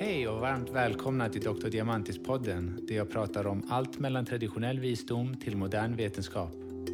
Hej och varmt välkomna till Dr. Diamantis-podden där jag pratar om allt mellan traditionell visdom till modern vetenskap.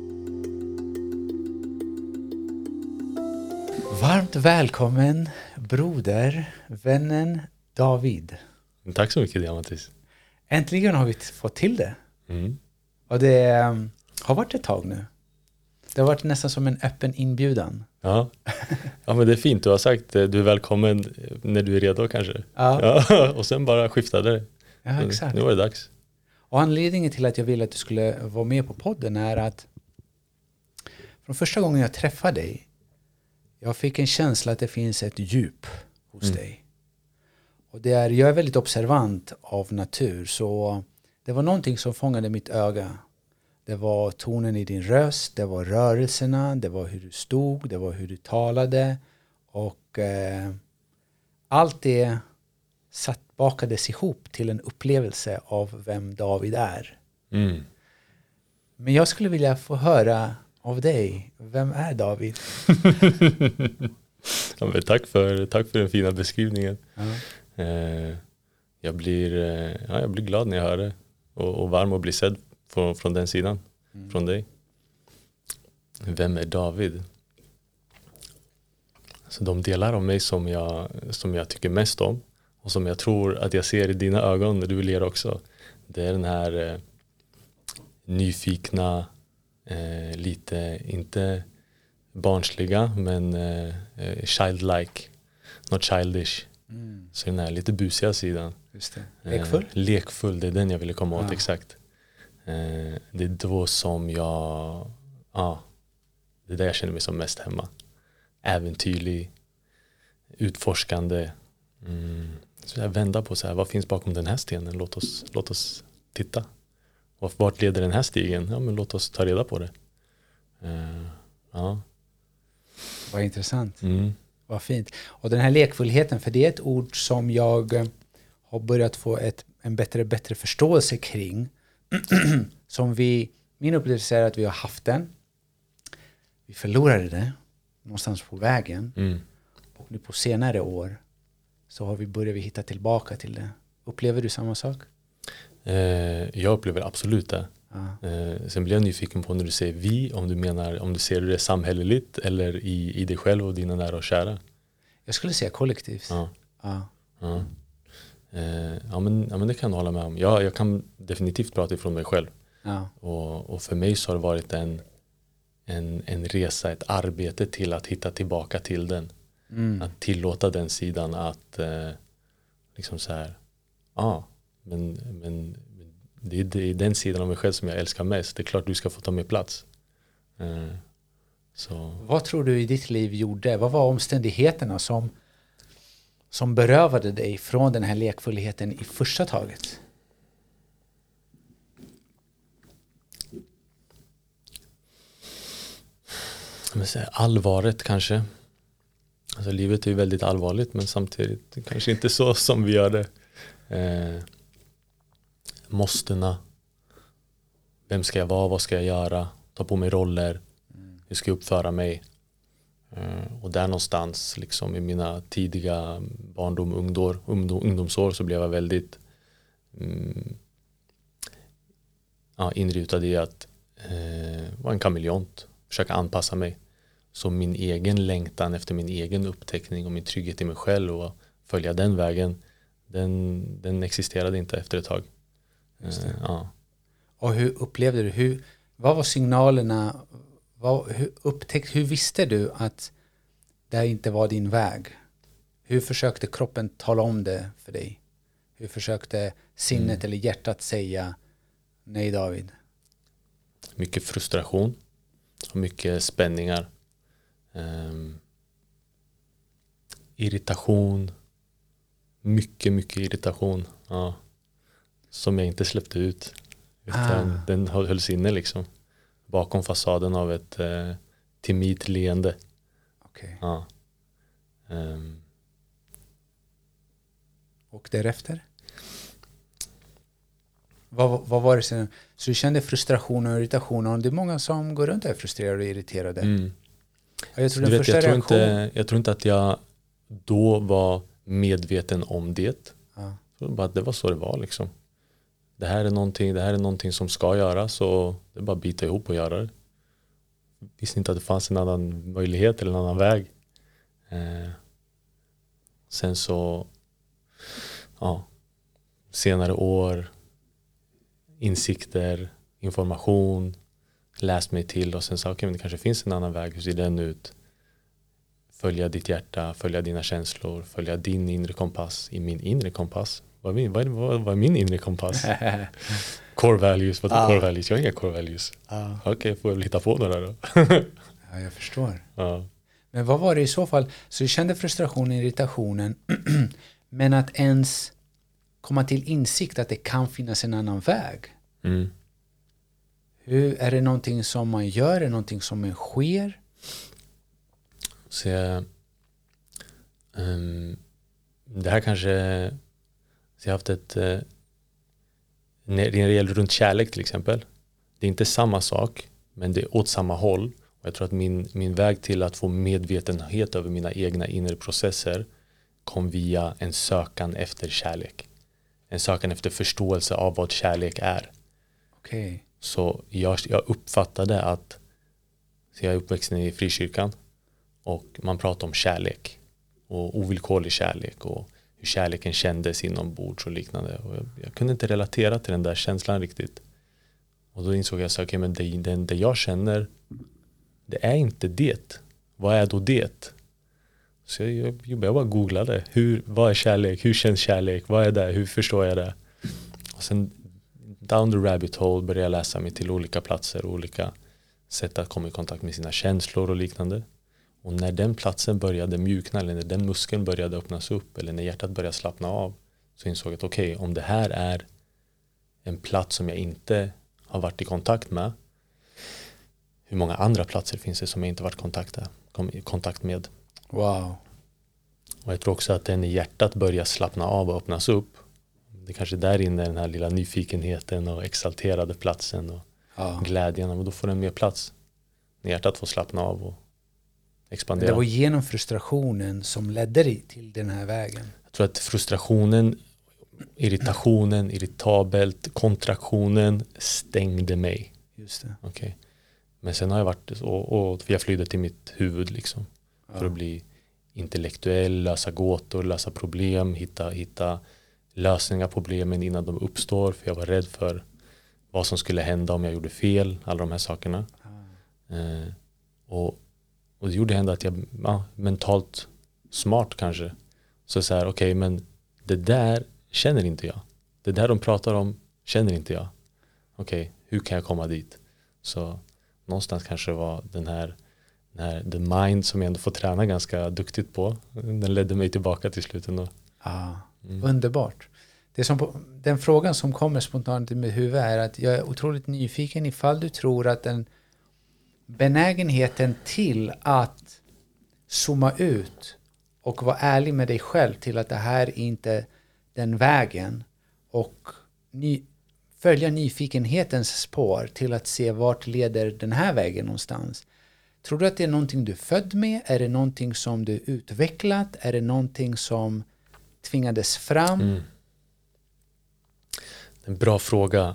Varmt välkommen broder, vännen David. Tack så mycket Diamantis. Äntligen har vi fått till det. Mm. Och det har varit ett tag nu. Det har varit nästan som en öppen inbjudan. Ja, men det är fint. Du har sagt du är välkommen när du är redo kanske. Ja. Och sen bara skiftade det. Ja, exakt. Nu var det dags. Och anledningen till att jag ville att du skulle vara med på podden är att från första gången jag träffade dig, jag fick en känsla att det finns ett djup hos dig. Och jag är väldigt observant av natur, så det var någonting som fångade mitt öga. Det var tonen i din röst, det var rörelserna, det var hur du stod, det var hur du talade. Och allt det bakades ihop till en upplevelse av vem David är. Mm. Men jag skulle vilja få höra av dig, vem är David? Ja, men tack för den fina beskrivningen. Ja. Jag blir glad när jag hör det. Och varm och blir sedd från den sidan. Från dig. Vem är David? Så de delar av mig som jag tycker mest om. Och som jag tror att jag ser i dina ögon när du vill göra också. Det är den här nyfikna, lite, inte barnsliga, men childlike. Not childish. Så den här lite busiga sidan. Just det. Lekfull? Lekfull, det är den jag ville komma åt, exakt. Det är då som det är där jag känner mig som mest hemma. Äventyrlig, utforskande. Så jag vänder på så här, vad finns bakom den här stenen? Låt oss titta. Och vart leder den här stigen? Ja, men låt oss ta reda på det. Vad intressant. Vad fint. Och den här lekfullheten, för det är ett ord som jag har börjat få en bättre förståelse kring. Som min upplevelse är att vi har haft den. Vi förlorade det någonstans på vägen. Och nu på senare år så börjar vi hitta tillbaka till det. Upplever du samma sak? Jag upplever absolut det. Sen blir jag nyfiken på när du säger vi, om du ser det samhälleligt eller i dig själv och dina nära och kära. Jag skulle säga kollektivt. Men det kan jag hålla med om. Jag kan definitivt prata ifrån mig själv. Och för mig så har det varit en resa, ett arbete till att hitta tillbaka till den. Att tillåta den sidan att liksom så här, men det är den sidan av mig själv som jag älskar mest. Det är klart du ska få ta med plats. Så. Vad tror du i ditt liv gjorde? Vad var omständigheterna som berövade dig från den här lekfullheten i första taget? Men så här, allvaret kanske. Alltså livet är ju väldigt allvarligt, men samtidigt kanske inte så som vi gör det. Måstena. Vem ska jag vara? Vad ska jag göra? Ta på mig roller. Hur ska jag uppföra mig? Och där någonstans liksom, i mina tidiga ungdomsår så blev jag väldigt inrutad i att vara en kameleont. Försöka anpassa mig. Så min egen längtan efter min egen upptäckning och min trygghet i mig själv och följa den vägen, den existerade inte efter ett tag. Och hur upplevde du, vad var signalerna, hur visste du att det inte var din väg? Hur försökte kroppen tala om det för dig? Hur försökte sinnet eller hjärtat säga nej David? Mycket frustration och mycket spänningar. Irritation. Mycket irritation. Som jag inte släppte ut. Utan den hölls inne liksom. Bakom fasaden av ett timid leende. Okej. Och därefter? Vad var det sen? Så du kände frustration och irritation, och det är många som går runt och är frustrerade och irriterade. Jag tror inte att jag då var medveten om det. bara att det var så det var liksom. Det här är någonting som ska göras, och det är bara att bita ihop och göra det. Visste inte att det fanns en annan möjlighet eller en annan väg. Sen så senare år, insikter, information, läst mig till och sen sa okej, men det kanske finns en annan väg. Hur ser den ut? Följa ditt hjärta, följa dina känslor, följa din inre kompass. I min inre kompass? Vad är min inre kompass? Core values, vad är core values? Jag har inga core values. Okej, får jag väl hitta på några då. Ja, jag förstår. Men vad var det i så fall? Så du kände frustrationen, irritationen, men att ens komma till insikt att det kan finnas en annan väg. Hur, är det någonting som man gör? Är det någonting som sker? Så det här kanske, så jag har haft ett när det gäller runt kärlek till exempel, det är inte samma sak, men det är åt samma håll. Och jag tror att min väg till att få medvetenhet över mina egna inre processer kom via en sökan efter kärlek, en sökan efter förståelse av vad kärlek är. Okay. Så jag uppfattade att, så jag är uppväxt i frikyrkan, och man pratar om kärlek och ovillkorlig kärlek och hur kärleken kändes inombords och liknande. Och jag kunde inte relatera till den där känslan riktigt. Och då insåg jag att okay, men det jag känner, det är inte det. Vad är då det? Så jag bara googlade. Vad är kärlek? Hur känns kärlek? Vad är det? Hur förstår jag det? Och sen down the rabbit hole började jag läsa mig till olika platser, olika sätt att komma i kontakt med sina känslor och liknande. Och när den platsen började mjukna, eller när den muskeln började öppnas upp, eller när hjärtat började slappna av, så insåg jag att okej, om det här är en plats som jag inte har varit i kontakt med, hur många andra platser finns det som jag inte varit i kontakt med? Wow. Och jag tror också att när hjärtat börjar slappna av och öppnas upp, det kanske där inne den här lilla nyfikenheten och exalterade platsen och glädjen, och då får den mer plats när hjärtat får slappna av och expandera. Det var genom frustrationen som ledde dig till den här vägen. Jag tror att frustrationen, irritationen, irritabelt, kontraktionen stängde mig. Just det. Okay. Men sen har jag varit och jag flydde till mitt huvud liksom, för att bli intellektuell, lösa gåtor, lösa problem, hitta lösningar på problemen innan de uppstår, för jag var rädd för vad som skulle hända om jag gjorde fel, alla de här sakerna. Och det gjorde hända att jag mentalt smart kanske. Så här, okej, men det där känner inte jag. Det där de pratar om känner inte jag. Okej, hur kan jag komma dit? Så någonstans kanske var den här the mind som jag ändå får träna ganska duktigt på. Den ledde mig tillbaka till slut ändå. Underbart. Det den frågan som kommer spontant i mitt huvud är att jag är otroligt nyfiken ifall du tror att den benägenheten till att zooma ut och vara ärlig med dig själv till att det här är inte den vägen, och följa nyfikenhetens spår till att se vart leder den här vägen någonstans. Tror du att det är någonting du är född med? Är det någonting som du utvecklat? Är det någonting som tvingades fram? En bra fråga.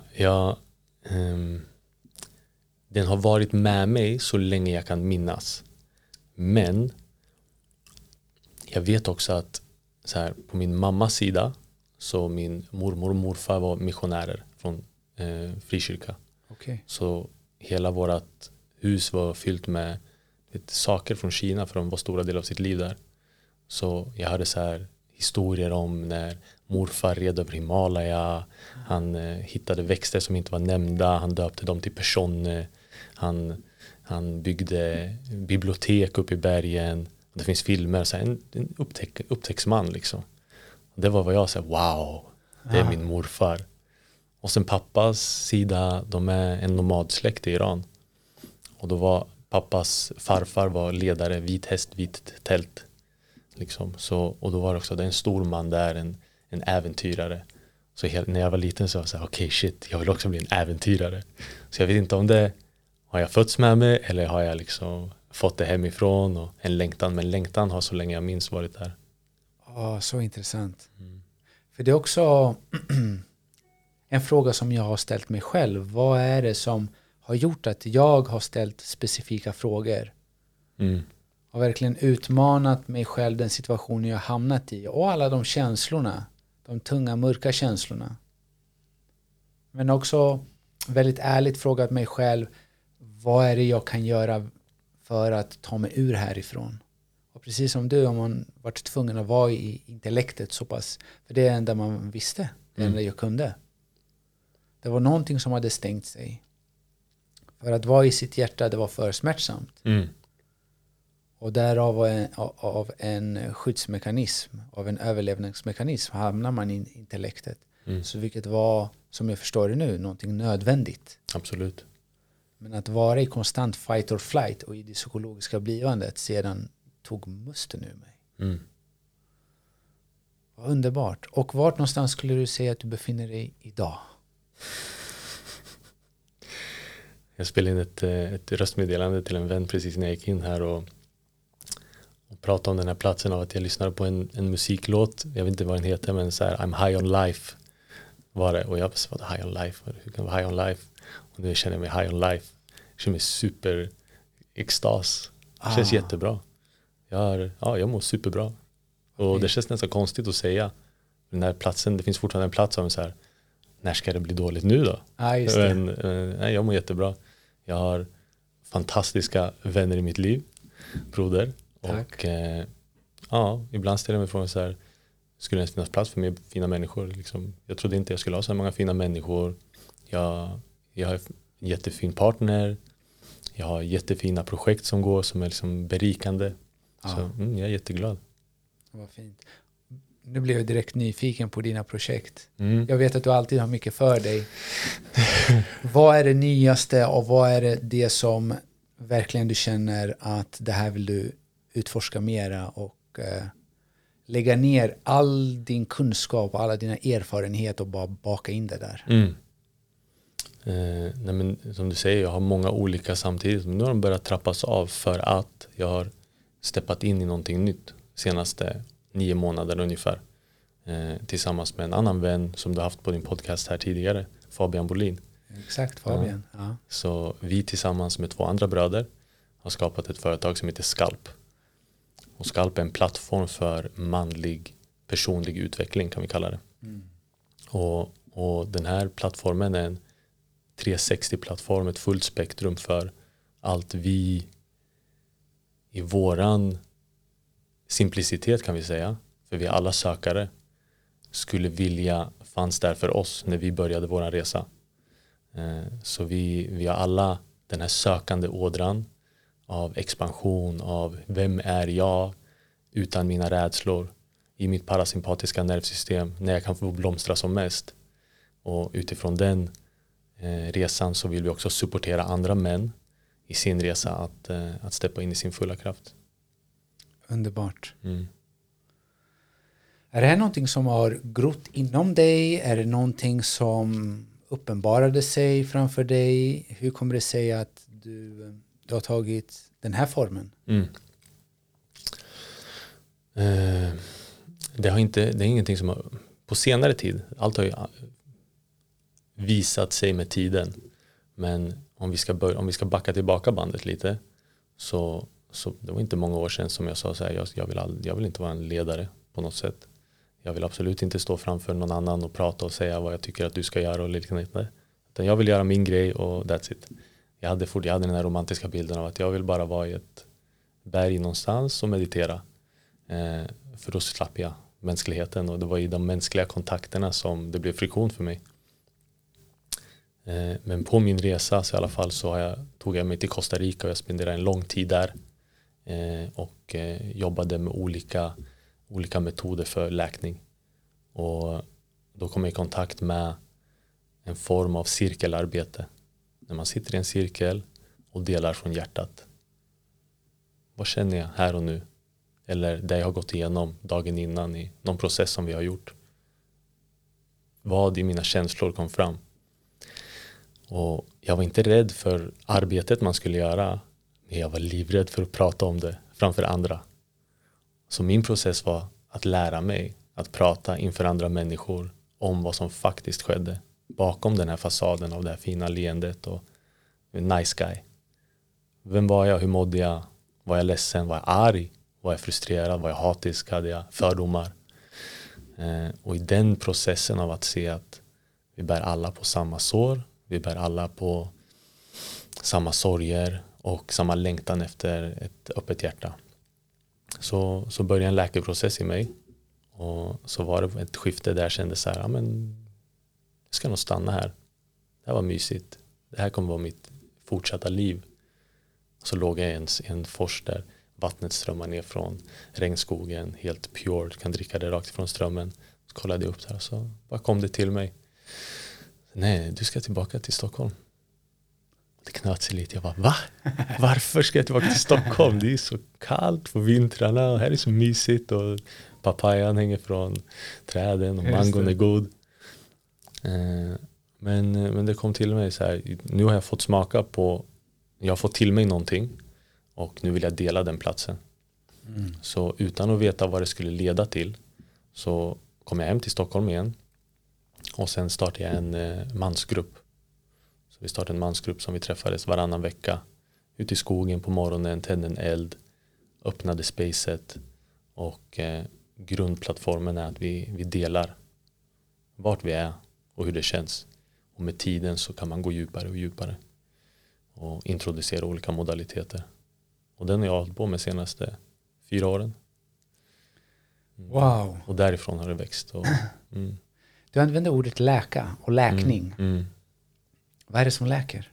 Den har varit med mig så länge jag kan minnas. Men jag vet också att så här, på min mammas sida, så min mormor och morfar var missionärer från frikyrka. Okay. Så hela vårt hus var fyllt med saker från Kina, för de var stora delar av sitt liv där. Så jag hade så här historier om när morfar red över Himalaya, han hittade växter som inte var nämnda, han döpte dem till personer, han byggde bibliotek uppe i bergen, det finns filmer, så här, en upptäcktsman liksom. Det var vad jag sa, wow, det är min morfar. Och sen pappas sida, de är en nomadsläkt i Iran. Och då var pappas farfar var ledare, vit häst, vit tält. Liksom. Så, och då var det också, det är en stor man där, en äventyrare. Så när jag var liten så var jag så här, okej, shit, jag vill också bli en äventyrare. Så jag vet inte om det, har jag fötts med mig eller har jag liksom fått det hemifrån, och en längtan. Men längtan har så länge jag minns varit där. Så intressant. För det är också en fråga som jag har ställt mig själv. Vad är det som har gjort att jag har ställt specifika frågor? Har verkligen utmanat mig själv, den situationen jag hamnat i. Och alla de känslorna. De tunga, mörka känslorna. Men också väldigt ärligt frågat mig själv. Vad är det jag kan göra för att ta mig ur härifrån? Och precis som du, om man varit tvungen att vara i intellektet så pass. För det är det enda man visste. Det enda jag kunde. Det var någonting som hade stängt sig. För att vara i sitt hjärta, det var för smärtsamt. Och därav av en skyddsmekanism, av en överlevnadsmekanism hamnar man i intellektet. Så vilket var, som jag förstår det nu, någonting nödvändigt. Absolut. Men att vara i konstant fight or flight och i det psykologiska blivandet sedan tog musten ur mig. Vad underbart. Och vart någonstans skulle du säga att du befinner dig idag? Jag spelade in ett röstmeddelande till en vän precis när jag gick in här och pratade om den här platsen av att jag lyssnade på en musiklåt. Jag vet inte vad den heter, men så här, I'm high on life var det. Och jag bara, high on life? Hur kan jag vara high on life? Och nu känner jag mig high on life. Jag känner mig super extas. Det känns jättebra. Jag mår superbra. Och det känns nästan konstigt att säga. Den här platsen, det finns fortfarande en plats av så här, när ska det bli dåligt nu då? Just det. Nej, jag mår jättebra. Jag har fantastiska vänner i mitt liv. Broder. Tack. Och ibland ställer jag mig frågan så här, skulle det finnas plats för mer fina människor? Liksom, jag trodde inte jag skulle ha så många fina människor. Jag har en jättefin partner. Jag har jättefina projekt som går som är liksom berikande. Så jag är jätteglad. Vad fint. Nu blev jag direkt nyfiken på dina projekt. Jag vet att du alltid har mycket för dig. Vad är det nyaste och vad är det som verkligen du känner att det här vill du utforska mera och lägga ner all din kunskap och alla dina erfarenheter och bara baka in det där? Nej, men som du säger, jag har många olika samtidigt. Men nu har de börjat trappas av för att jag har steppat in i någonting nytt senaste 9 månader ungefär. Tillsammans med en annan vän som du har haft på din podcast här tidigare, Fabian Bolin. Exakt, Fabian. Ja. Så vi tillsammans med 2 andra bröder har skapat ett företag som heter Skalp. Och Skalp är en plattform för manlig personlig utveckling, kan vi kalla det. Och den här plattformen är en 360-plattform, ett fullt spektrum för allt vi i våran simplicitet, kan vi säga, för vi är alla sökare, skulle vilja fanns där för oss när vi började vår resa. Så vi har alla den här sökande ådran av expansion, av vem är jag utan mina rädslor i mitt parasympatiska nervsystem när jag kan få blomstra som mest. Och utifrån den resan så vill vi också supportera andra män i sin resa att steppa in i sin fulla kraft. Underbart. Är det här någonting som har grott inom dig? Är det någonting som uppenbarade sig framför dig? Hur kommer det sig att du har tagit den här formen? Det är ingenting som har, på senare tid, allt har ju visat sig med tiden. Men om vi ska backa tillbaka bandet lite, så det var inte många år sedan som jag sa så här, jag vill inte vara en ledare på något sätt. Jag vill absolut inte stå framför någon annan och prata och säga vad jag tycker att du ska göra och liknande. Utan jag vill göra min grej och that's it. Jag hade den här romantiska bilden av att jag vill bara vara i ett berg någonstans och meditera. För då slapp jag mänskligheten, och det var i de mänskliga kontakterna som det blev friktion för mig. Men på min resa så i alla fall så tog jag mig till Costa Rica och jag spenderade en lång tid där och jobbade med olika metoder för läkning. Och då kom jag i kontakt med en form av cirkelarbete. När man sitter i en cirkel och delar från hjärtat. Vad känner jag här och nu? Eller det jag har gått igenom dagen innan i någon process som vi har gjort. Vad i mina känslor kom fram? Och jag var inte rädd för arbetet man skulle göra. Men jag var livrädd för att prata om det framför andra. Så min process var att lära mig att prata inför andra människor om vad som faktiskt skedde bakom den här fasaden av det här fina leendet och nice guy. Vem var jag? Hur mådde jag? Var jag ledsen? Var jag arg? Var jag frustrerad? Var jag hatisk? Hade jag fördomar? Och i den processen av att se att vi bär alla på samma sår, vi bär alla på samma sorger och samma längtan efter ett öppet hjärta. Så började en läkeprocess i mig. Och så var det ett skifte där jag kände så här, ja, men jag ska nog stanna här. Det här var mysigt. Det här kommer vara mitt fortsatta liv. Så låg jag i en fors där vattnet strömmar ner från regnskogen, helt pure, kan dricka det rakt ifrån strömmen. Så kollade jag upp där och så bara kom det till mig. Nej, du ska tillbaka till Stockholm. Det knöt sig lite. Jag bara, va? Varför ska jag tillbaka till Stockholm? Det är så kallt på vintrarna och här är så mysigt och papayan hänger från träden och mangon är god. Men det kom till mig så här, nu har jag fått smaka på, jag har fått till mig någonting och nu vill jag dela den platsen. Så utan att veta vad det skulle leda till så kom jag hem till Stockholm igen och sen startade jag en mansgrupp. Så vi startade en mansgrupp som vi träffades varannan vecka ute i skogen på morgonen, tände en eld, öppnade spacet och grundplattformen är att vi delar vart vi är och hur det känns. Och med tiden så kan man gå djupare och djupare och introducera olika modaliteter. Och den har jag hållit på med senaste 4 åren. Wow. Och därifrån har det växt. Du använder ordet läka och läkning. Vad är det som läker?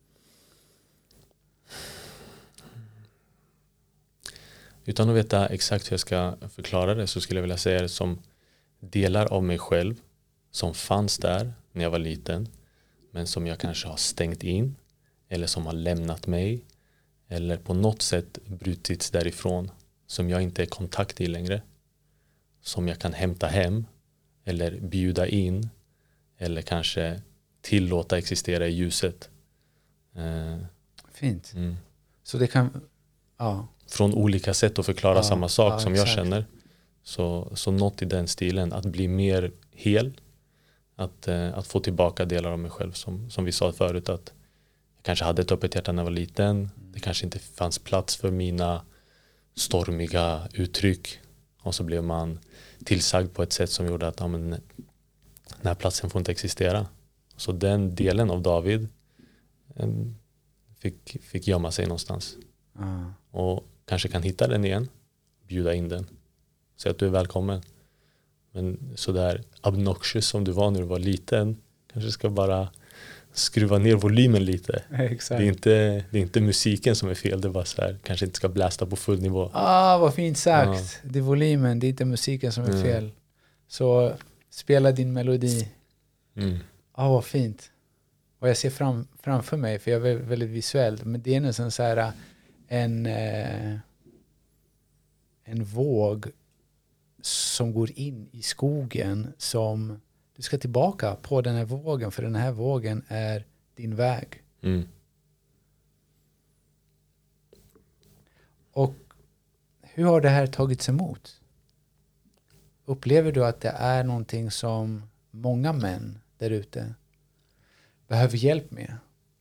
Utan att veta exakt hur jag ska förklara det så skulle jag vilja säga det som delar av mig själv som fanns där när jag var liten men som jag kanske har stängt in eller som har lämnat mig eller på något sätt brutits därifrån som jag inte är i kontakt i längre, som jag kan hämta hem eller bjuda in eller kanske tillåta existera i ljuset. Fint. Så det kan, ja. Från olika sätt att förklara samma sak som exakt. jag känner. Så något i den stilen, att bli mer hel, att få tillbaka delar av mig själv som vi sa förut, att jag kanske hade ett öppet hjärta när jag var liten. Det kanske inte fanns plats för mina stormiga uttryck och så blev man tillsagd på ett sätt som gjorde att den här platsen får inte existera. Så den delen av David fick gömma sig någonstans. Och kanske kan hitta den igen, bjuda in den, säga att du är välkommen. Men sådär obnoxious som du var när du var liten, kanske ska bara skruva ner volymen lite. Exakt. Det är inte musiken som är fel, det är bara så här, kanske inte ska blästa på full nivå. Vad fint sagt. Det är volymen, det är inte musiken som är fel. Så spela din melodi. Vad fint. Och jag ser framför mig, för jag är väldigt visuell, men det är nästan så här en våg som går in i skogen, som du ska tillbaka på den här vågen, för den här vågen är din väg. Och hur har det här tagits emot? Upplever du att det är någonting som många män där ute behöver hjälp med?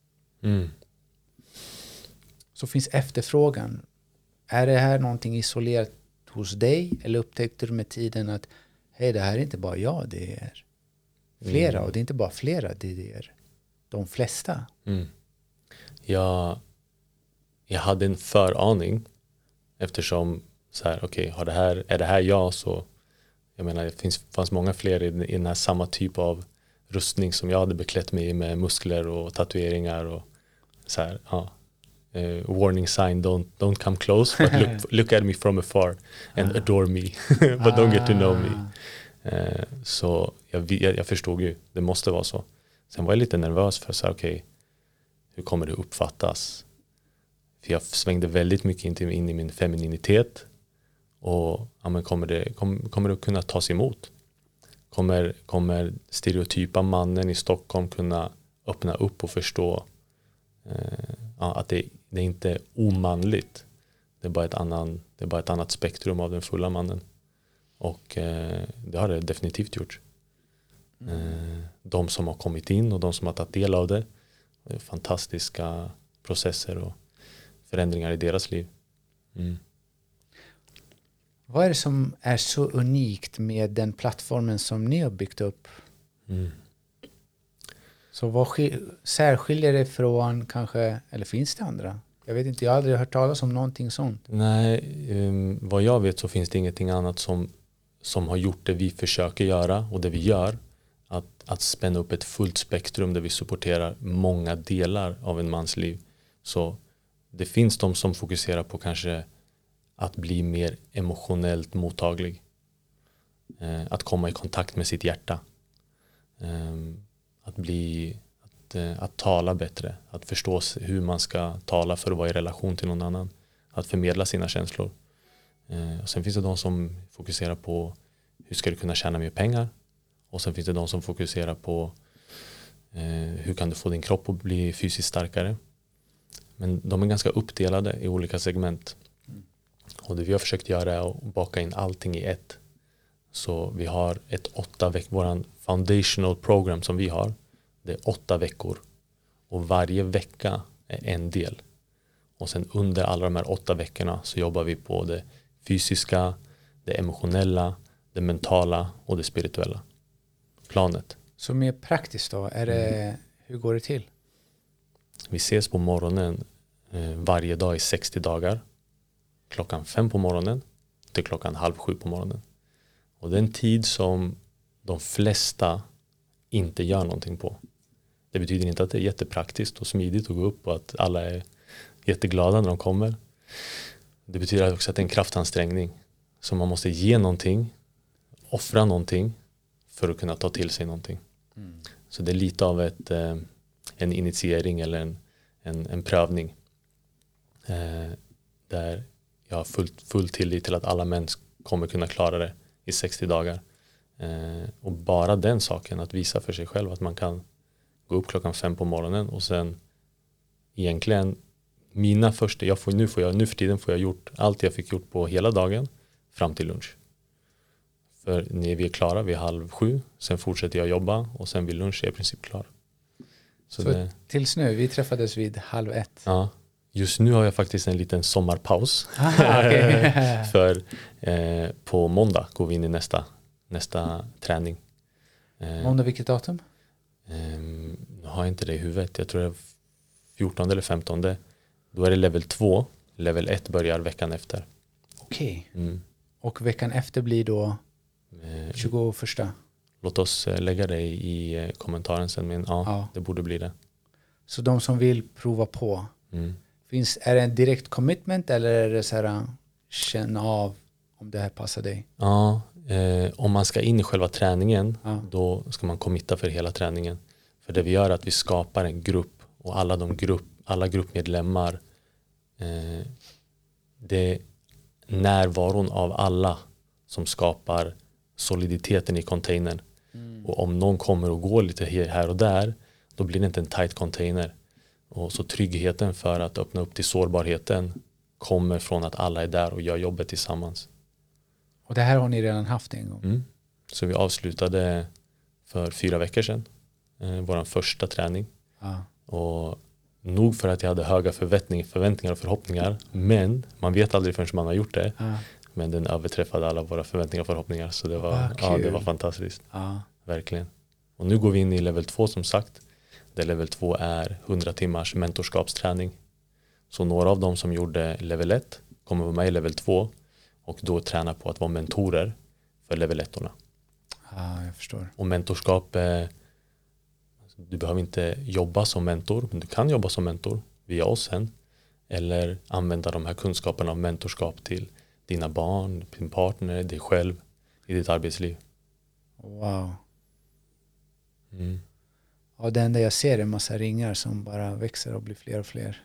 Så finns efterfrågan. Är det här någonting isolerat hos dig, eller upptäckte du med tiden att hej, det här är inte bara jag, det är flera, och det är inte bara flera, det är de flesta. Jag hade en föraning eftersom så här, okej, är det här jag, så jag menar det fanns många fler i den här samma typ av rustning som jag hade beklätt mig med muskler och tatueringar och så här, warning sign, don't come close, but look at me from afar and adore me but don't get to know me. Så jag förstod ju, det måste vara så. Sen var jag lite nervös för så här, okej, hur kommer det uppfattas? För jag svängde väldigt mycket in i min femininitet. Och kommer det att kunna tas emot? Kommer stereotypa mannen i Stockholm kunna öppna upp och förstå att det är inte omanligt. Det är bara ett annat spektrum av den fulla mannen. Och det har det definitivt gjort. De som har kommit in och de som har tagit del av det är fantastiska processer och förändringar i deras liv. Vad är det som är så unikt med den plattformen som ni har byggt upp? Så vad särskiljer det från kanske, eller finns det andra? Jag vet inte, jag har aldrig hört talas om någonting sånt. Nej, vad jag vet så finns det ingenting annat som har gjort det vi försöker göra och det vi gör. Att spänna upp ett fullt spektrum där vi supporterar många delar av en mans liv. Så det finns de som fokuserar på kanske att bli mer emotionellt mottaglig. Att komma i kontakt med sitt hjärta. Att tala bättre. Att förstå hur man ska tala för att vara i relation till någon annan. Att förmedla sina känslor. Sen finns det de som fokuserar på hur ska du kunna tjäna mer pengar. Och sen finns det de som fokuserar på hur kan du få din kropp att bli fysiskt starkare. Men de är ganska uppdelade i olika segment. Och det vi har försökt göra är att baka in allting i ett. Så vi har ett 8 veckor, våran foundational program som vi har. Det är 8 veckor. Och varje vecka är en del. Och sen under alla de här 8 veckorna så jobbar vi på det fysiska, det emotionella, det mentala och det spirituella planet. Så mer praktiskt då, hur går det till? Vi ses på morgonen varje dag i 60 dagar. 5:00 på morgonen till 6:30 på morgonen. Och det är en tid som de flesta inte gör någonting på. Det betyder inte att det är jättepraktiskt och smidigt att gå upp och att alla är jätteglada när de kommer. Det betyder också att det är en kraftansträngning. Så man måste ge någonting, offra någonting för att kunna ta till sig någonting. Så det är lite av en initiering eller en prövning. Där jag har full tillit till att alla män kommer kunna klara det i 60 dagar. Och bara den saken, att visa för sig själv att man kan gå upp 5:00 på morgonen och sen egentligen nu för tiden får jag gjort allt jag fick gjort på hela dagen fram till lunch. För när vi är klara vid 6:30, sen fortsätter jag jobba och sen vid lunch är jag i princip klar. Så tills nu, vi träffades vid 12:30. Ja, just nu har jag faktiskt en liten sommarpaus. För på måndag går vi in i nästa träning. Måndag vilket datum? Nu har jag inte det i huvudet. Jag tror det är 14 eller 15. Då är det level 2. Level 1 börjar veckan efter. Okej. Och veckan efter blir då 21. Låt oss lägga det i kommentaren sen. Men det borde bli det. Så de som vill prova på. Är det en direkt commitment eller är det så här känna av om det här passar dig? Ja, om man ska in i själva träningen då ska man committa för hela träningen. För det vi gör är att vi skapar en grupp och alla gruppmedlemmar det är närvaron av alla som skapar soliditeten i containern. Och om någon kommer och går lite här och där då blir det inte en tight container. Och så tryggheten för att öppna upp till sårbarheten kommer från att alla är där och gör jobbet tillsammans. Och det här har ni redan haft en gång? Så vi avslutade för 4 veckor sedan vår första träning. Och nog för att jag hade höga förväntningar och förhoppningar. Men man vet aldrig förrän man har gjort det. Men den överträffade alla våra förväntningar och förhoppningar. Så det var fantastiskt. Verkligen. Och nu går vi in i level 2 som sagt. Där level 2 är 100 timmars mentorskapsträning. Så några av dem som gjorde level 1 kommer vara med i level 2. Och då träna på att vara mentorer för level 1-orna. Jag förstår. Och mentorskap, du behöver inte jobba som mentor. Men du kan jobba som mentor via oss sen. Eller använda de här kunskaperna av mentorskap till dina barn, din partner, dig själv i ditt arbetsliv. Wow. Och det enda jag ser är en massa ringar som bara växer och blir fler och fler.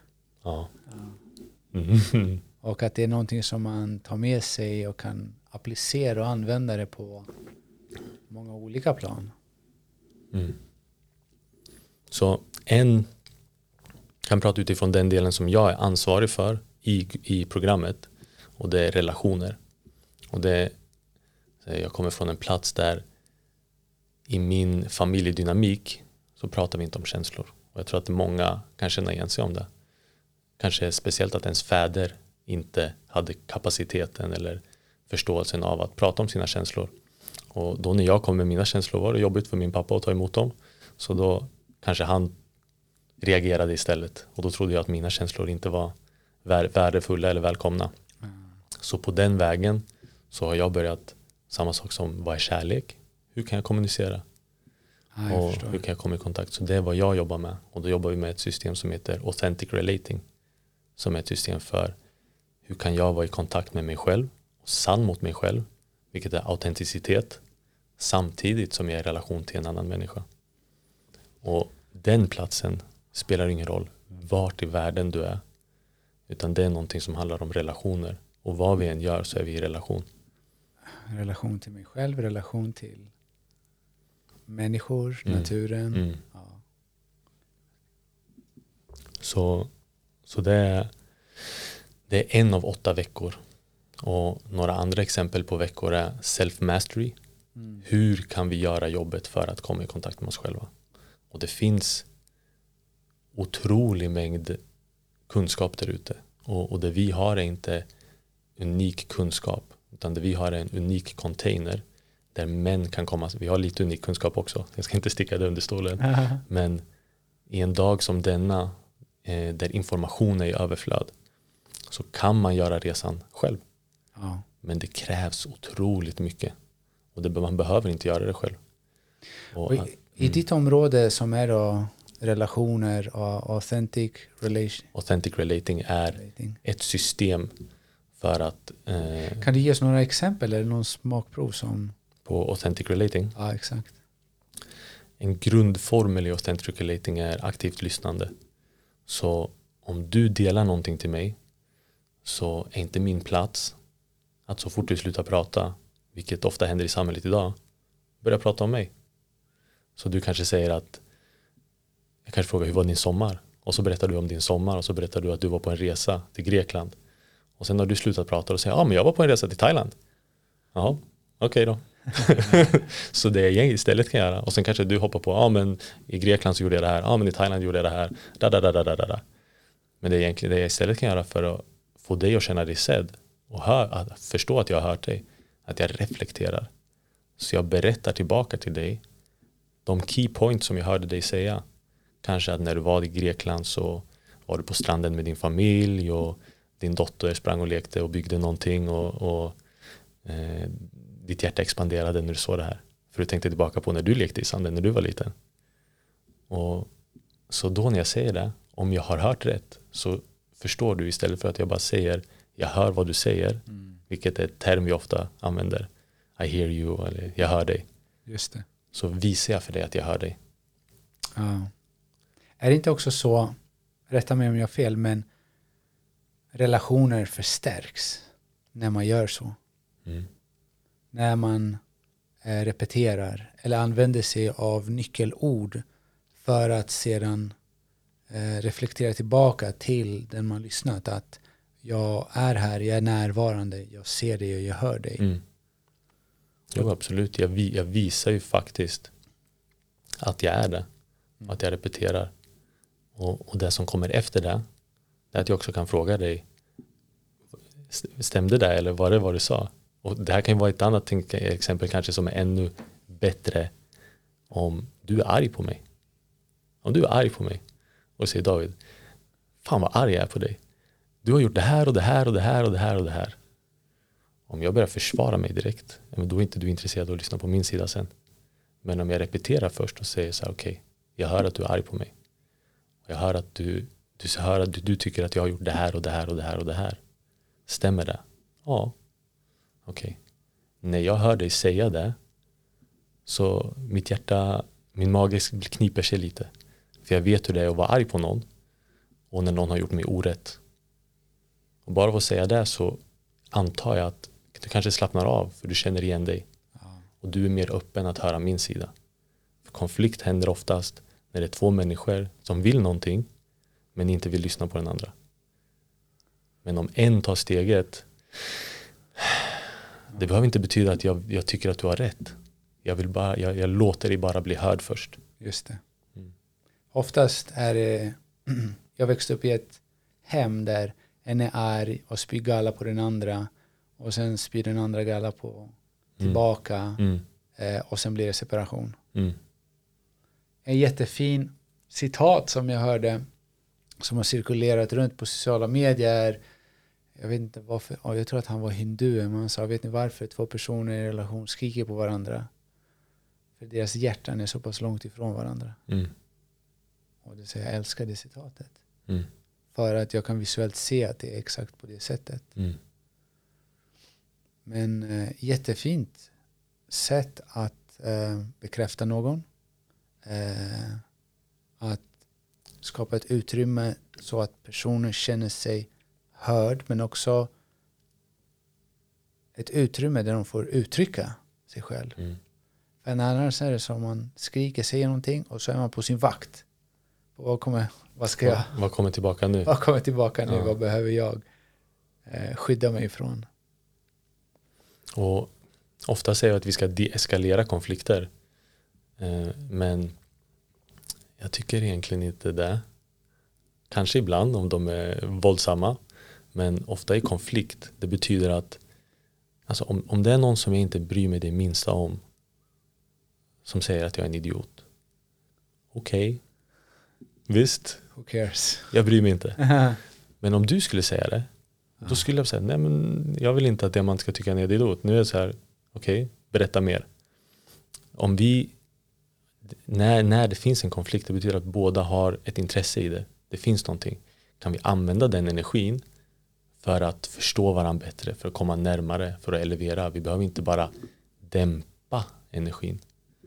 Och att det är någonting som man tar med sig och kan applicera och använda det på många olika plan. Så en kan prata utifrån den delen som jag är ansvarig för i programmet och det är relationer. Och det är Jag kommer från en plats där i min familjedynamik så pratar vi inte om känslor. Och jag tror att många kan känna igen sig om det. Kanske speciellt att ens fäder inte hade kapaciteten eller förståelsen av att prata om sina känslor. Och då när jag kom med mina känslor var det jobbigt för min pappa att ta emot dem. Så då kanske han reagerade istället. Och då trodde jag att mina känslor inte var värdefulla eller välkomna. Så på den vägen så har jag börjat samma sak som vad är kärlek? Hur kan jag kommunicera? Och hur kan jag komma i kontakt? Så det är vad jag jobbar med. Och då jobbar vi med ett system som heter Authentic Relating. Som är ett system för hur kan jag vara i kontakt med mig själv och sann mot mig själv, vilket är autenticitet, samtidigt som jag är i relation till en annan människa. Och den platsen spelar ingen roll vart i världen du är, utan det är någonting som handlar om relationer. Och vad vi än gör så är vi i relation. Relation till mig själv, relation till människor, naturen. Ja. Så det är en av 8 veckor. Och några andra exempel på veckor är self-mastery. Hur kan vi göra jobbet för att komma i kontakt med oss själva? Och det finns otrolig mängd kunskap där ute. Och det vi har är inte unik kunskap, utan det vi har är en unik container där män kan komma. Vi har lite unik kunskap också. Jag ska inte sticka det under stolen. Men i en dag som denna, där information är i överflöd, så kan man göra resan själv. Ja. Men det krävs otroligt mycket. Och man behöver inte göra det själv. Och i ditt område som är då relationer och authentic relating är ett system för att... Kan du ge oss några exempel eller någon smakprov som... På authentic relating? Ja, exakt. En grundformel i authentic relating är aktivt lyssnande. Så om du delar någonting till mig, så är inte min plats att så fort du slutar prata, vilket ofta händer i samhället idag, börja prata om mig. Så du kanske säger att jag kanske frågar hur var din sommar? Och så berättar du om din sommar och så berättar du att du var på en resa till Grekland. Och sen har du slutat prata och säger men jag var på en resa till Thailand. Jaha, okej då. Så det jag istället kan göra. Och sen kanske du hoppar på men i Grekland så gjorde jag det här. Men i Thailand gjorde jag det här. Men det är egentligen det jag istället kan göra för att få dig att känna dig sedd och att förstå att jag har hört dig. Att jag reflekterar. Så jag berättar tillbaka till dig de key points som jag hörde dig säga. Kanske att när du var i Grekland så var du på stranden med din familj och din dotter sprang och lekte och byggde någonting och ditt hjärta expanderade när du såg det här. För du tänkte tillbaka på när du lekte i sanden när du var liten. Och så då när jag säger det, om jag har hört rätt, så förstår du istället för att jag bara säger jag hör vad du säger, vilket är ett term vi ofta använder. I hear you, eller jag hör dig. Just det. Så visar jag för dig att jag hör dig. Ja. Är det inte också så, rätta mig om jag har fel, men relationer förstärks när man gör så? När man repeterar eller använder sig av nyckelord för att sedan reflektera tillbaka till den man lyssnat, att jag är här, jag är närvarande, jag ser dig och jag hör dig. Jo, absolut. Jag visar ju faktiskt att jag är det. Att jag repeterar. Och det som kommer efter det är att jag också kan fråga dig, stämde det eller var det vad du sa? Och det här kan ju vara ett annat exempel kanske som är ännu bättre. Om du är arg på mig. Om du är arg på mig och säger David, fan vad arg jag är på dig. Du har gjort det här och det här och det här och det här och det här. Om jag börjar försvara mig direkt, då är inte du intresserad av att lyssna på min sida sen. Men om jag repeterar först och säger så här, okej, jag hör att du är arg på mig. Och jag hör att du tycker att jag har gjort det här och det här och det här och det här. Stämmer det? Ja. Okej. När jag hör dig säga det, så mitt hjärta, min mage kniper sig lite. För jag vet hur det är att vara arg på någon. Och när någon har gjort mig orätt. Och bara för att säga det så antar jag att du kanske slappnar av, för du känner igen dig. Och du är mer öppen att höra min sida. För konflikt händer oftast när det är 2 människor som vill någonting men inte vill lyssna på den andra. Men om en tar steget Det behöver inte betyda att jag tycker att du har rätt. Jag låter dig bara bli hörd först. Just det. Oftast är det, jag växte upp i ett hem där en är arg och spyr galla på den andra och sen spyr den andra galla på tillbaka och sen blir det separation. En jättefin citat som jag hörde som har cirkulerat runt på sociala medier, jag vet inte varför, jag tror att han var hindu, men han sa, vet ni varför 2 personer i en relation skriker på varandra? För deras hjärtan är så pass långt ifrån varandra. Och det säger, jag älskar det citatet. För att jag kan visuellt se att det är exakt på det sättet. Men jättefint sätt att bekräfta någon. Att skapa ett utrymme så att personen känner sig hörd, men också ett utrymme där de får uttrycka sig själv. För annars är det som man skriker, säger någonting och så är man på sin vakt. Vad kommer tillbaka nu? Vad kommer tillbaka nu? Vad behöver jag skydda mig ifrån? Och ofta säger jag att vi ska deeskalera konflikter. Men jag tycker egentligen inte det. Kanske ibland om de är våldsamma. Men ofta i konflikt. Det betyder att alltså om det är någon som jag inte bryr mig det minsta om, som säger att jag är en idiot. Okej. Visst. Who cares? Jag bryr mig inte. Men om du skulle säga det, då skulle jag säga, nej men jag vill inte att man ska tycka att jag är en idiot. Nu är det så här, okej, berätta mer. Om vi, när det finns en konflikt, det betyder att båda har ett intresse i det. Det finns någonting. Kan vi använda den energin för att förstå varandra bättre, för att komma närmare, för att elevera. Vi behöver inte bara dämpa energin.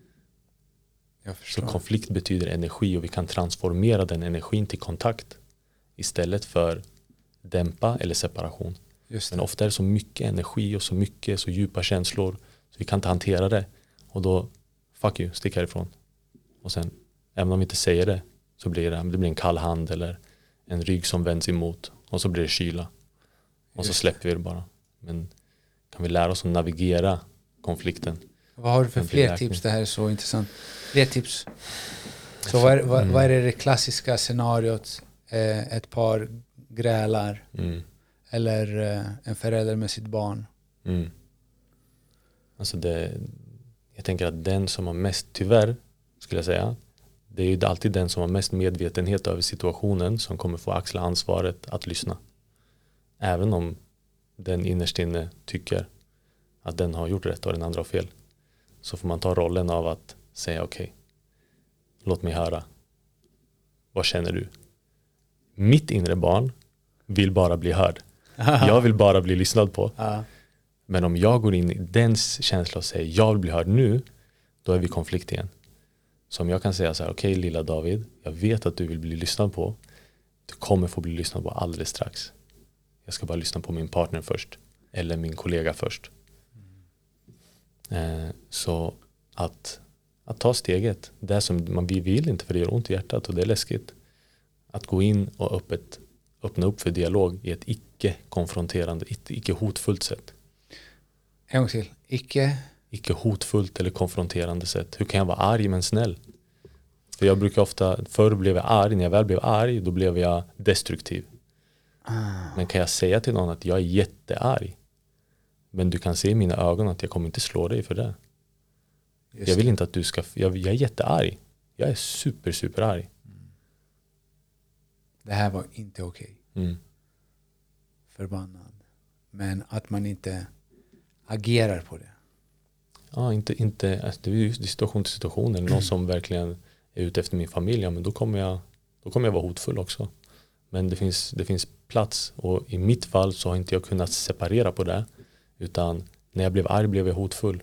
Så konflikt betyder energi och vi kan transformera den energin till kontakt istället för dämpa eller separation. Men ofta är det så mycket energi och så djupa känslor så vi kan inte hantera det. Och då, fuck you, stick härifrån. Och sen, även om vi inte säger det, så blir det blir en kall hand eller en rygg som vänds emot och så blir det kyla. Och så släpper vi det bara. Men kan vi lära oss att navigera konflikten? Vad har du för fler tips? Det här är så intressant. Fler tips. Så vad är det klassiska scenariot? Ett par grälar. Eller en förälder med sitt barn. Alltså jag tänker att den som har mest, tyvärr skulle jag säga, det är ju alltid den som har mest medvetenhet över situationen som kommer få axla ansvaret att lyssna. Även om den innerst inne tycker att den har gjort rätt och den andra har fel, så får man ta rollen av att säga okej, låt mig höra. Vad känner du? Mitt inre barn vill bara bli hörd. Jag vill bara bli lyssnad på. Men om jag går in i dens känsla och säger jag vill bli hörd nu, då är vi i konflikt igen. Så om jag kan säga så här, okej, lilla David, jag vet att du vill bli lyssnad på. Du kommer få bli lyssnad på alldeles strax. Jag ska bara lyssna på min partner först. Eller min kollega först. Så att ta steget. Det som vi vill inte, för det gör ont i hjärtat och det är läskigt. Att gå in och öppna upp för dialog i ett icke-konfronterande, icke-hotfullt sätt. En gång till. Icke-hotfullt eller konfronterande sätt. Hur kan jag vara arg men snäll? För jag brukar ofta, förr blev jag arg. När jag väl blev arg, då blev jag destruktiv. Men kan jag säga till någon att jag är jättearg, men du kan se i mina ögon att jag kommer inte slå dig för det. Jag vill inte att du ska, jag är jättearg. Jag är super arg. Det här var inte okej. Förbannad. Men att man inte agerar på det. Ja, inte alltså det är ju situation till situation. Eller någon som verkligen är ute efter min familj, ja, men då kommer jag vara hotfull också. Men det finns plats, och i mitt fall så har inte jag kunnat separera på det, utan när jag blev arg blev jag hotfull.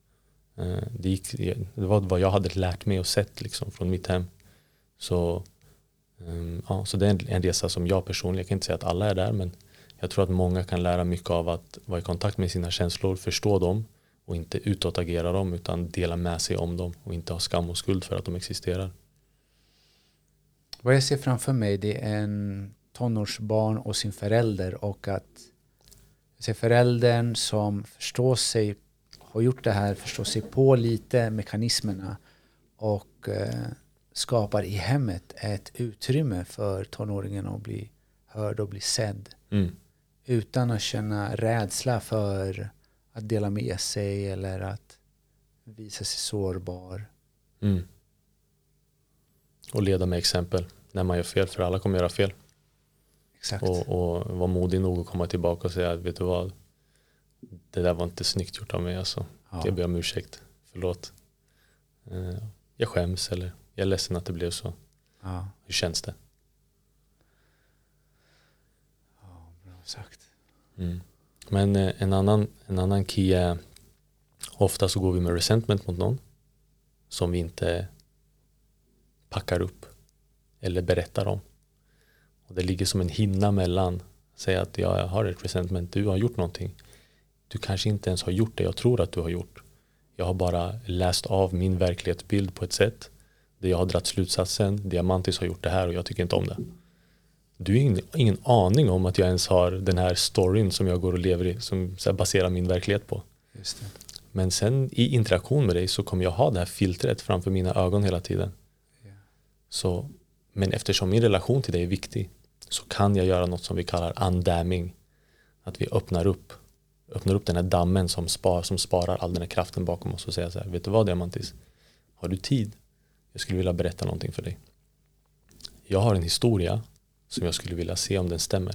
Det var vad jag hade lärt mig och sett liksom från mitt hem. Så så det är en resa som jag personligen, jag kan inte säga att alla är där, men jag tror att många kan lära mycket av att vara i kontakt med sina känslor, förstå dem och inte utåtagera dem, utan dela med sig om dem och inte ha skam och skuld för att de existerar. Vad jag ser framför mig, det är en tonårsbarn och sin förälder, och att Så föräldern som har gjort det här, förstår sig på lite mekanismerna och skapar i hemmet ett utrymme för tonåringen att bli hörd och bli sedd. Utan att känna rädsla för att dela med sig eller att visa sig sårbar. Och leda med exempel när man gör fel, för alla kommer göra fel. Exakt. Och vara modig nog att komma tillbaka och säga att vet du vad, det där var inte snyggt gjort av mig alltså. Jag ber om ursäkt, förlåt. Jag skäms eller jag är ledsen att det blev så. Hur känns det? Ja, bra sagt. Men en annan key är ofta så går vi med resentment mot någon som vi inte packar upp eller berättar om. Och det ligger som en hinna mellan säga att jag har ett resentment, du har gjort någonting. Du kanske inte ens har gjort det jag tror att du har gjort. Jag har bara läst av min verklighetsbild på ett sätt där jag har dratt slutsatsen, Diamantis har gjort det här och jag tycker inte om det. Du har ingen aning om att jag ens har den här storyn som jag går och lever i, som så här baserar min verklighet på. Just det. Men sen i interaktion med dig så kommer jag ha det här filtret framför mina ögon hela tiden. Så, men eftersom min relation till dig är viktig så kan jag göra något som vi kallar undamming. Att vi öppnar upp den här dammen som sparar all den här kraften bakom oss och säger så här, vet du vad Diamantis? Har du tid? Jag skulle vilja berätta någonting för dig. Jag har en historia som jag skulle vilja se om den stämmer.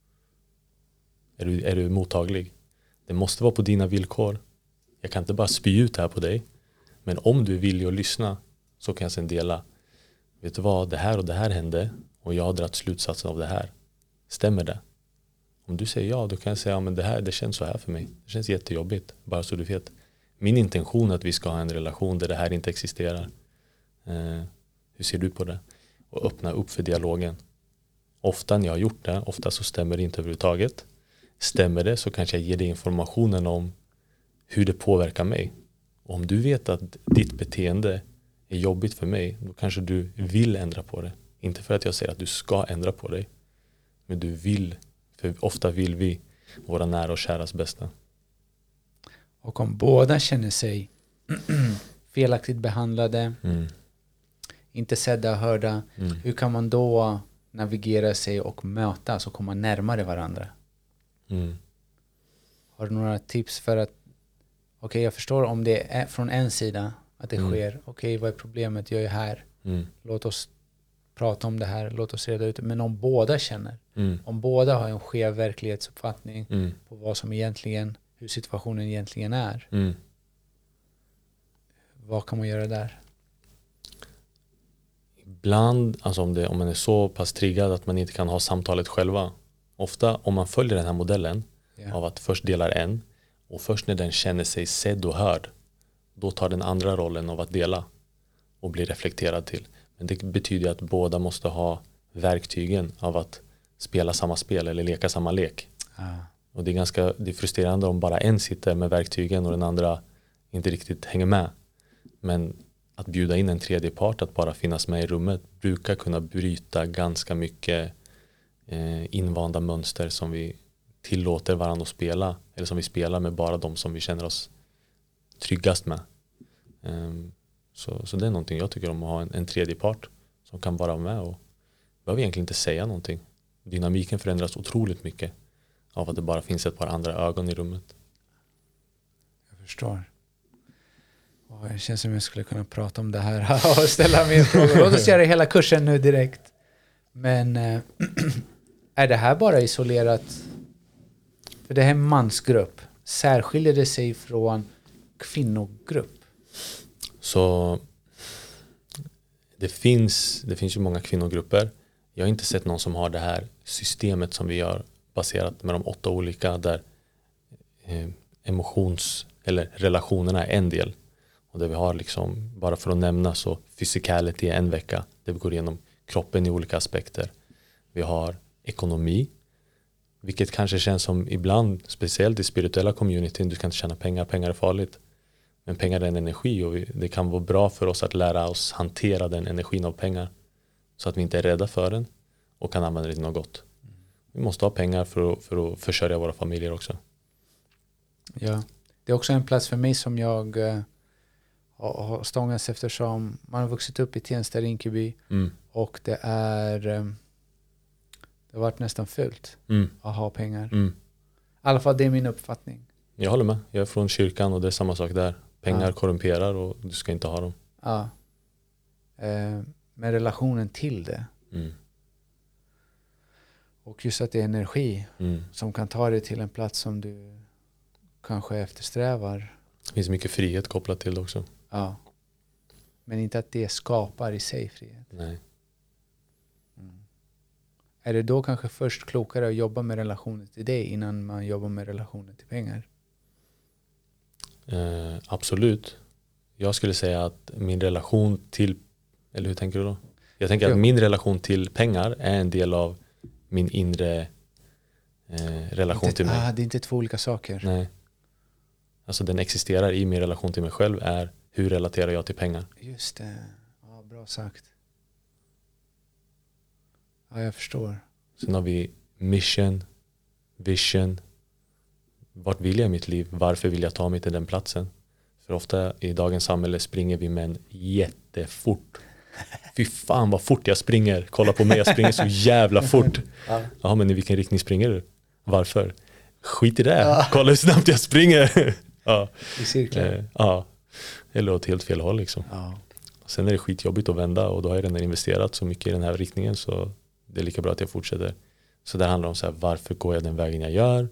Är du mottaglig? Det måste vara på dina villkor. Jag kan inte bara spy ut det här på dig. Men om du är villig att lyssna så kan jag sedan dela. Vet du vad, det här och det här hände och jag har dragit slutsatsen av det här. Stämmer det? Om du säger ja, då kan jag säga men det känns så här för mig. Det känns jättejobbigt, bara så du vet. Min intention är att vi ska ha en relation där det här inte existerar. Hur ser du på det? Och öppna upp för dialogen. Ofta när jag har gjort det, ofta så stämmer det inte överhuvudtaget. Stämmer det så kanske jag ger dig informationen om hur det påverkar mig. Och om du vet att ditt beteende är jobbigt för mig, då kanske du vill ändra på det. Inte för att jag säger att du ska ändra på dig, men du vill. För ofta vill vi våra nära och käras bästa. Och om båda känner sig felaktigt behandlade, inte sedda och hörda, hur kan man då navigera sig och mötas och komma närmare varandra? Har du några tips för att jag förstår om det är från en sida att det sker. Vad är problemet? Jag är här. Låt oss prata om det här. Låt oss reda ut det. Men om båda känner, om båda har en skev verklighetsuppfattning på vad som egentligen, hur situationen egentligen är. Vad kan man göra där? Ibland, alltså om man är så pass triggad att man inte kan ha samtalet själva. Ofta om man följer den här modellen av att först delar en och först när den känner sig sedd och hörd, då tar den andra rollen av att dela och bli reflekterad till. Men det betyder att båda måste ha verktygen av att spela samma spel eller leka samma lek. Och det är frustrerande om bara en sitter med verktygen och den andra inte riktigt hänger med. Men att bjuda in en tredje part att bara finnas med i rummet brukar kunna bryta ganska mycket invanda mönster som vi tillåter varandra att spela, eller som vi spelar med bara de som vi känner oss tryggast med. Så det är någonting jag tycker om, att ha en tredje part som kan vara med och behöver egentligen inte säga någonting. Dynamiken förändras otroligt mycket av att det bara finns ett par andra ögon i rummet. Jag förstår. Det känns som jag skulle kunna prata om det här och ställa mer frågor. Låt oss göra hela kursen nu direkt. Men är det här bara isolerat? För det här är en mansgrupp. Särskiljer det sig från kvinnogrupp? Så det finns ju många kvinnogrupper. Jag har inte sett någon som har det här systemet som vi gör baserat med de 8 olika där eller relationerna är en del. Och där vi har liksom, bara för att nämna så, physicality är en vecka där vi går igenom kroppen i olika aspekter. Vi har ekonomi, vilket kanske känns som ibland, speciellt i spirituella communityn, du kan inte tjäna pengar, pengar är farligt. Men pengar är en energi och det kan vara bra för oss att lära oss hantera den energin av pengar så att vi inte är rädda för den och kan använda det till något gott. Vi måste ha pengar för att försörja våra familjer också. Ja. Det är också en plats för mig som jag har stångats eftersom man har vuxit upp i Tensta, Rinkeby och det har varit nästan fult att ha pengar. I alla fall det är min uppfattning. Jag håller med. Jag är från kyrkan och det är samma sak där. Pengar korrumperar och du ska inte ha dem. Ja. Med relationen till det. Och just att det är energi som kan ta dig till en plats som du kanske eftersträvar. Det finns mycket frihet kopplat till det också. Ja. Men inte att det skapar i sig frihet. Nej. Är det då kanske först klokare att jobba med relationen till dig innan man jobbar med relationen till pengar? Absolut. Jag skulle säga att min relation till, eller hur tänker du då? Jag tänker att min relation till pengar är en del av min inre relation till mig. Det är inte två olika saker. Nej. Alltså den existerar i min relation till mig själv är hur relaterar jag till pengar? Just det. Ja, bra sagt. Ja, jag förstår. Sen har vi mission, vision. Vart vill jag i mitt liv? Varför vill jag ta mig till den platsen? För ofta i dagens samhälle springer vi män jättefort. Fy fan vad fort jag springer. Kolla på mig, jag springer så jävla fort. Ja, men i vilken riktning springer du? Varför? Skit i det. Kolla hur snabbt jag springer. Ja. I cirklar. Ja. Eller åt helt fel håll liksom. Ja. Sen är det skitjobbigt att vända och då har jag redan investerat så mycket i den här riktningen så det är lika bra att jag fortsätter. Så det handlar om så här, varför går jag den vägen jag gör?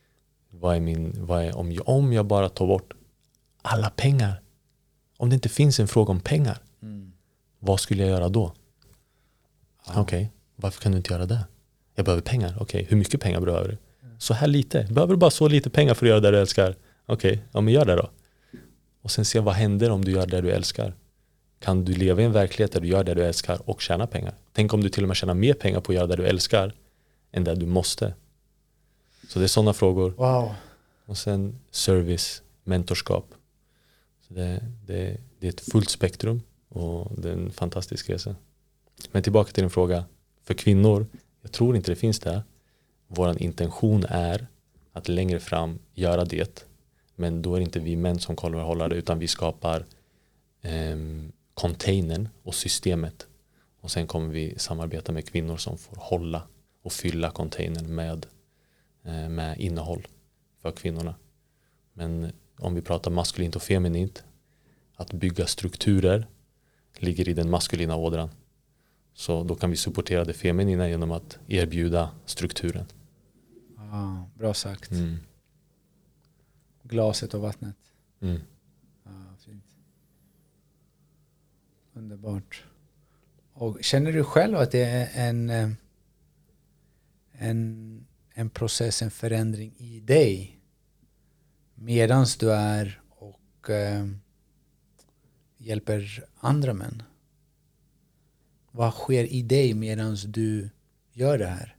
Om jag bara tar bort alla pengar. Om det inte finns en fråga om pengar. Vad skulle jag göra då? Okej, varför kan du inte göra det? Jag behöver pengar. Okej, hur mycket pengar behöver du? Så här lite. Behöver du bara så lite pengar för att göra det du älskar? Okej, ja men gör det då. Och sen se vad händer om du gör det du älskar. Kan du leva i en verklighet där du gör det du älskar och tjäna pengar? Tänk om du till och med tjänar mer pengar på att göra det du älskar än det du måste. Så det är sådana frågor. Wow. Och sen service, mentorskap. Så det är ett fullt spektrum och det är en fantastisk resa. Men tillbaka till din fråga. För kvinnor, jag tror inte det finns där. Vår intention är att längre fram göra det. Men då är det inte vi män som kommer att hålla det utan vi skapar containern och systemet. Och sen kommer vi samarbeta med kvinnor som får hålla och fylla containern med innehåll för kvinnorna. Men om vi pratar maskulint och feminint, att bygga strukturer ligger i den maskulina ådran. Så då kan vi supportera det feminina genom att erbjuda strukturen. Bra sagt. Glaset och vattnet. Fint. Underbart. Och känner du själv att det är en process, en förändring i dig medans du är och hjälper andra män? Vad sker i dig medans du gör det här?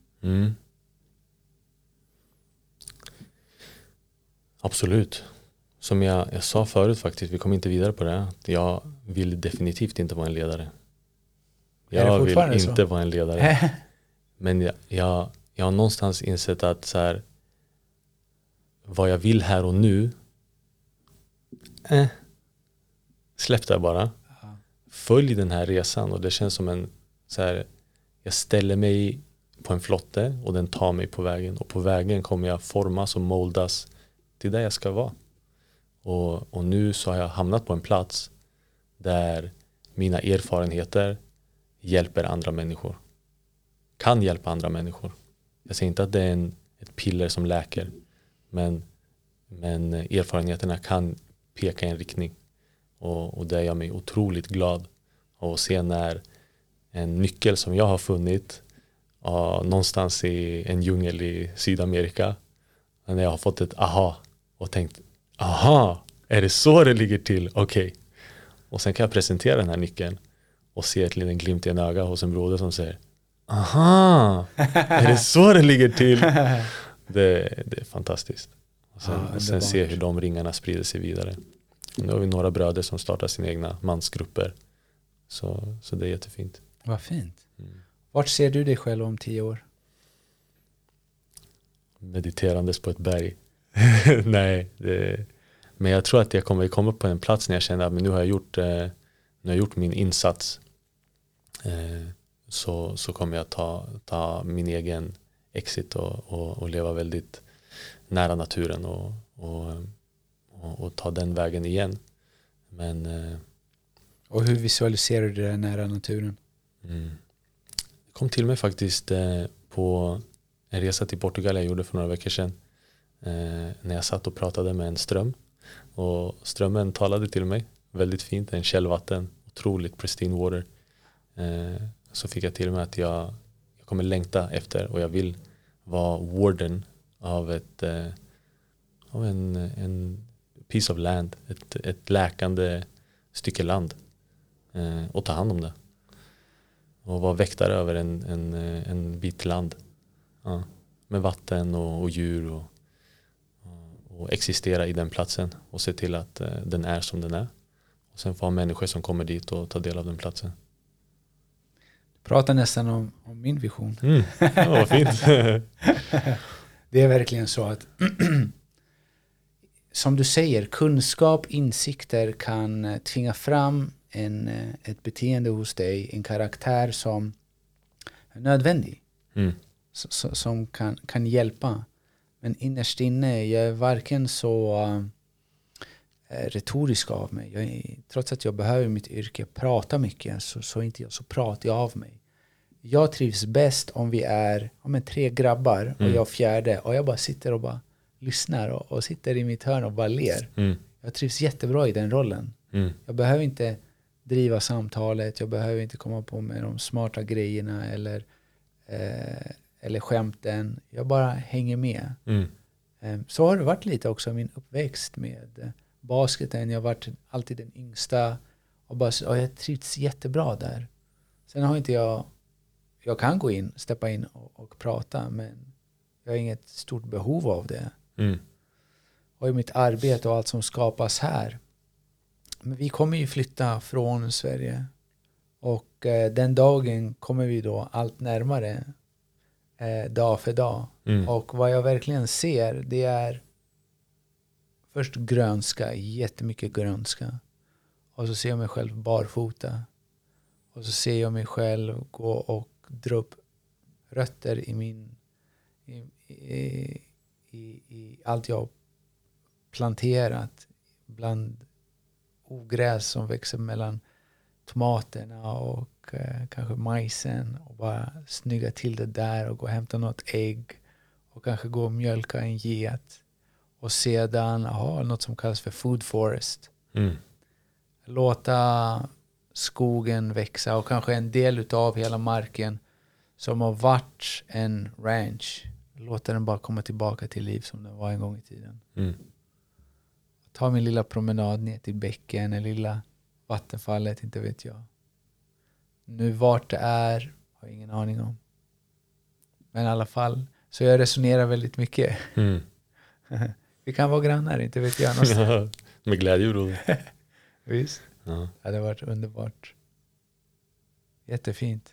Absolut. Som jag sa förut faktiskt, vi kom inte vidare på det. Att jag vill definitivt inte vara en ledare. Jag vill inte vara en ledare. Men jag har någonstans insett att så här, vad jag vill här och nu släpp det bara. Följ den här resan och det känns som en så här, jag ställer mig på en flotte och den tar mig på vägen och på vägen kommer jag formas och moldas till där jag ska vara. Och nu så har jag hamnat på en plats där mina erfarenheter hjälper andra människor. Kan hjälpa andra människor. Jag säger inte att det är ett piller som läker. Men erfarenheterna kan peka i en riktning. Och det gör mig otroligt glad av att se när en nyckel som jag har funnit någonstans i en djungel i Sydamerika. När jag har fått ett aha och tänkt är det så det ligger till? Okej. Och sen kan jag presentera den här nyckeln och se ett litet glimt i en öga hos en broder som säger är det så det ligger till? Det är fantastiskt. Och sen se hur de ringarna sprider sig vidare. Och nu har vi några bröder som startar sina egna mansgrupper. Så det är jättefint. Vad fint. Vart ser du dig själv om 10 år? Mediterandes på ett berg. Nej, men jag tror att jag kommer komma på en plats när jag känner att nu har jag gjort min insats. Så kommer jag ta min egen exit och leva väldigt nära naturen och ta den vägen igen. Men, och hur visualiserar du det nära naturen? Det kom till mig faktiskt på en resa till Portugal jag gjorde för några veckor sedan. När jag satt och pratade med en ström. Och strömmen talade till mig väldigt fint, en källvatten, otroligt pristine water. Så fick jag till mig att jag kommer längta efter och jag vill vara warden av en piece of land, ett läkande stycke land, och ta hand om det och vara väktare över en bit land, med vatten och djur och existera i den platsen och se till att den är som den är, och sen få ha människor som kommer dit och ta del av den platsen. Prata nästan om min vision. Ja, vad fint. Det är verkligen så att som du säger, kunskap, insikter kan tvinga fram ett beteende hos dig, en karaktär som är nödvändig, som kan hjälpa. Men innerst inne, jag är varken så retorisk av mig. Trots att jag behöver mitt yrke prata mycket, så inte jag så pratar jag av mig. Jag trivs bäst om vi är 3 grabbar och jag 4:e, och jag bara sitter och bara lyssnar och sitter i mitt hörn och bara ler. Jag trivs jättebra i den rollen. Jag behöver inte driva samtalet, jag behöver inte komma på med de smarta grejerna eller skämten. Jag bara hänger med. Så har det varit lite också min uppväxt med basketen. Jag har varit alltid den yngsta och jag trivs jättebra där. Sen har inte jag kan gå in, steppa in och prata, men jag har inget stort behov av det. Och i mitt arbete och allt som skapas här. Men vi kommer ju flytta från Sverige. Och den dagen kommer vi då allt närmare, dag för dag. Och vad jag verkligen ser, det är först grönska, jättemycket grönska. Och så ser jag mig själv barfota. Och så ser jag mig själv gå och dra upp rötter i allt jag planterat, bland ogräs som växer mellan tomaterna och kanske majsen, och bara snygga till det där och gå och hämta något ägg och kanske gå och mjölka en get och sedan ha något som kallas för food forest. Låta skogen växa, och kanske en del utav hela marken som har varit en ranch, låta den bara komma tillbaka till liv som den var en gång i tiden. Ta min lilla promenad ner till bäcken, eller lilla vattenfallet, inte vet jag. Nu vart det är har jag ingen aning om. Men i alla fall, så jag resonerar väldigt mycket. Vi kan vara grannar, inte vet jag. Med glädje, bror. Visst? Ja. Det hade varit underbart. Jättefint.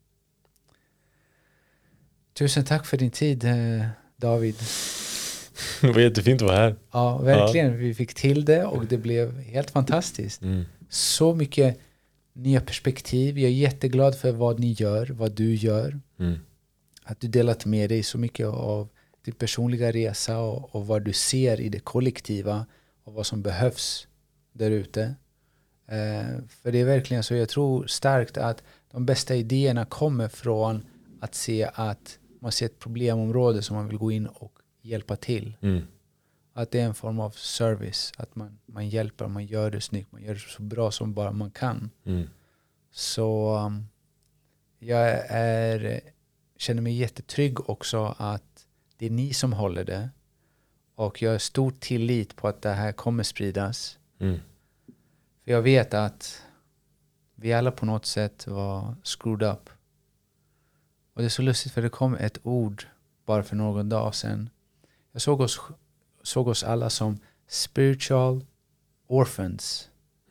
Tusen tack för din tid, David. Det var jättefint att vara här. Ja, verkligen. Ja. Vi fick till det och det blev helt fantastiskt. Så mycket nya perspektiv. Jag är jätteglad för vad ni gör, vad du gör. Att du delat med dig så mycket av din personliga resa och vad du ser i det kollektiva och vad som behövs där ute. För det är verkligen så, jag tror starkt att de bästa idéerna kommer från att se att man ser ett problemområde som man vill gå in och hjälpa till. Att det är en form av service, att man hjälper, man gör det snyggt, man gör det så bra som bara man kan. Så jag känner mig jättetrygg också att det är ni som håller det, och jag har stor tillit på att det här kommer spridas. För jag vet att vi alla på något sätt var screwed up. Och det är så lustigt, för det kom ett ord bara för någon dag sedan. Jag såg oss alla som spiritual orphans.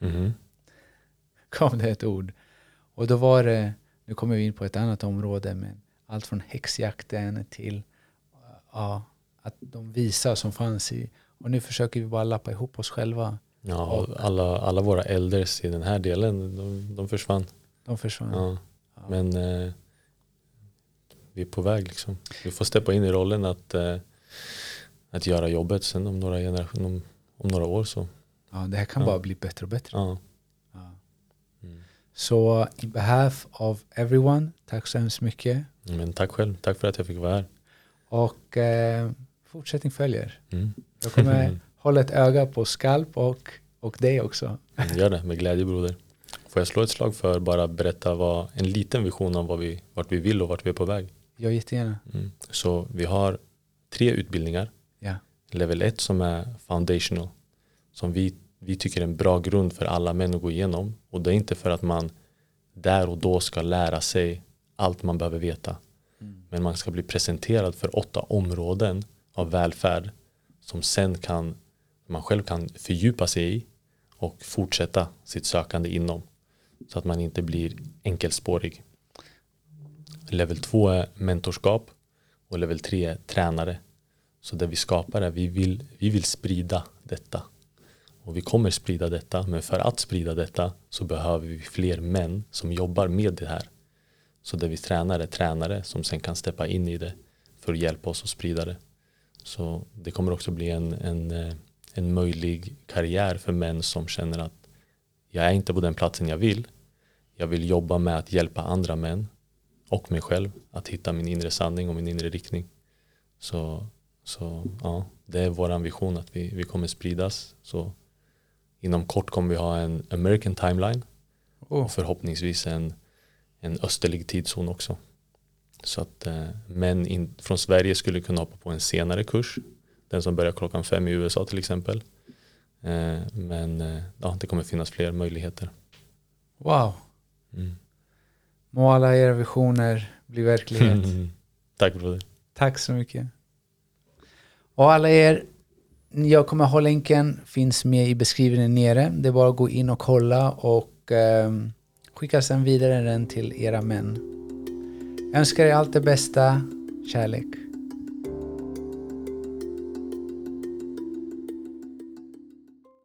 Kom det ett ord. Och då var det, nu kommer vi in på ett annat område, men allt från häxjakten till att de visar som fanns i. Och nu försöker vi bara lappa ihop oss själva. Ja, och alla våra elders i den här delen, de försvann. De försvann. Ja. Ja. Men vi är på väg liksom. Vi får steppa in i rollen att göra jobbet sen om några generationer, om några år så. Ja, det här kan bara bli bättre och bättre. Ja. Så in behalf of everyone, tack så hemskt mycket. Men tack själv, tack för att jag fick vara här. Och fortsättning följer. Jag kommer hålla ett öga på Skalp och dig också. Gör det, med glädje broder. Får jag slå ett slag för bara berätta en liten vision om vart vi vill och vart vi är på väg? Ja, jättegärna. Så vi har 3 utbildningar. Ja. Level 1 som är foundational. Som vi tycker är en bra grund för alla män att gå igenom. Och det är inte för att man där och då ska lära sig allt man behöver veta. Men man ska bli presenterad för 8 områden av välfärd som sen man själv kan fördjupa sig i och fortsätta sitt sökande inom. Så att man inte blir enkelspårig. Level 2 är mentorskap och level 3 är tränare. Så det vi skapar är vi vill sprida detta. Och vi kommer sprida detta, men för att sprida detta så behöver vi fler män som jobbar med det här. Så det vi tränar är tränare som sen kan steppa in i det för att hjälpa oss att sprida det. Så det kommer också bli en möjlig karriär för män som känner att jag är inte på den platsen jag vill. Jag vill jobba med att hjälpa andra män och mig själv att hitta min inre sanning och min inre riktning. Så ja, det är vår vision att vi kommer spridas. Så inom kort kommer vi ha en American timeline och förhoppningsvis en österlig tidszon också. Så att män från Sverige skulle kunna hoppa på en senare kurs. Den som börjar 5:00 i USA till exempel. Men det kommer finnas fler möjligheter. Wow. Må alla era visioner bli verklighet. Tack broder. Tack så mycket. Och alla er, jag kommer ha länken, finns med i beskrivningen nere. Det är bara att gå in och kolla och skicka sedan vidare den till era män. Jag önskar er allt det bästa. Kärlek.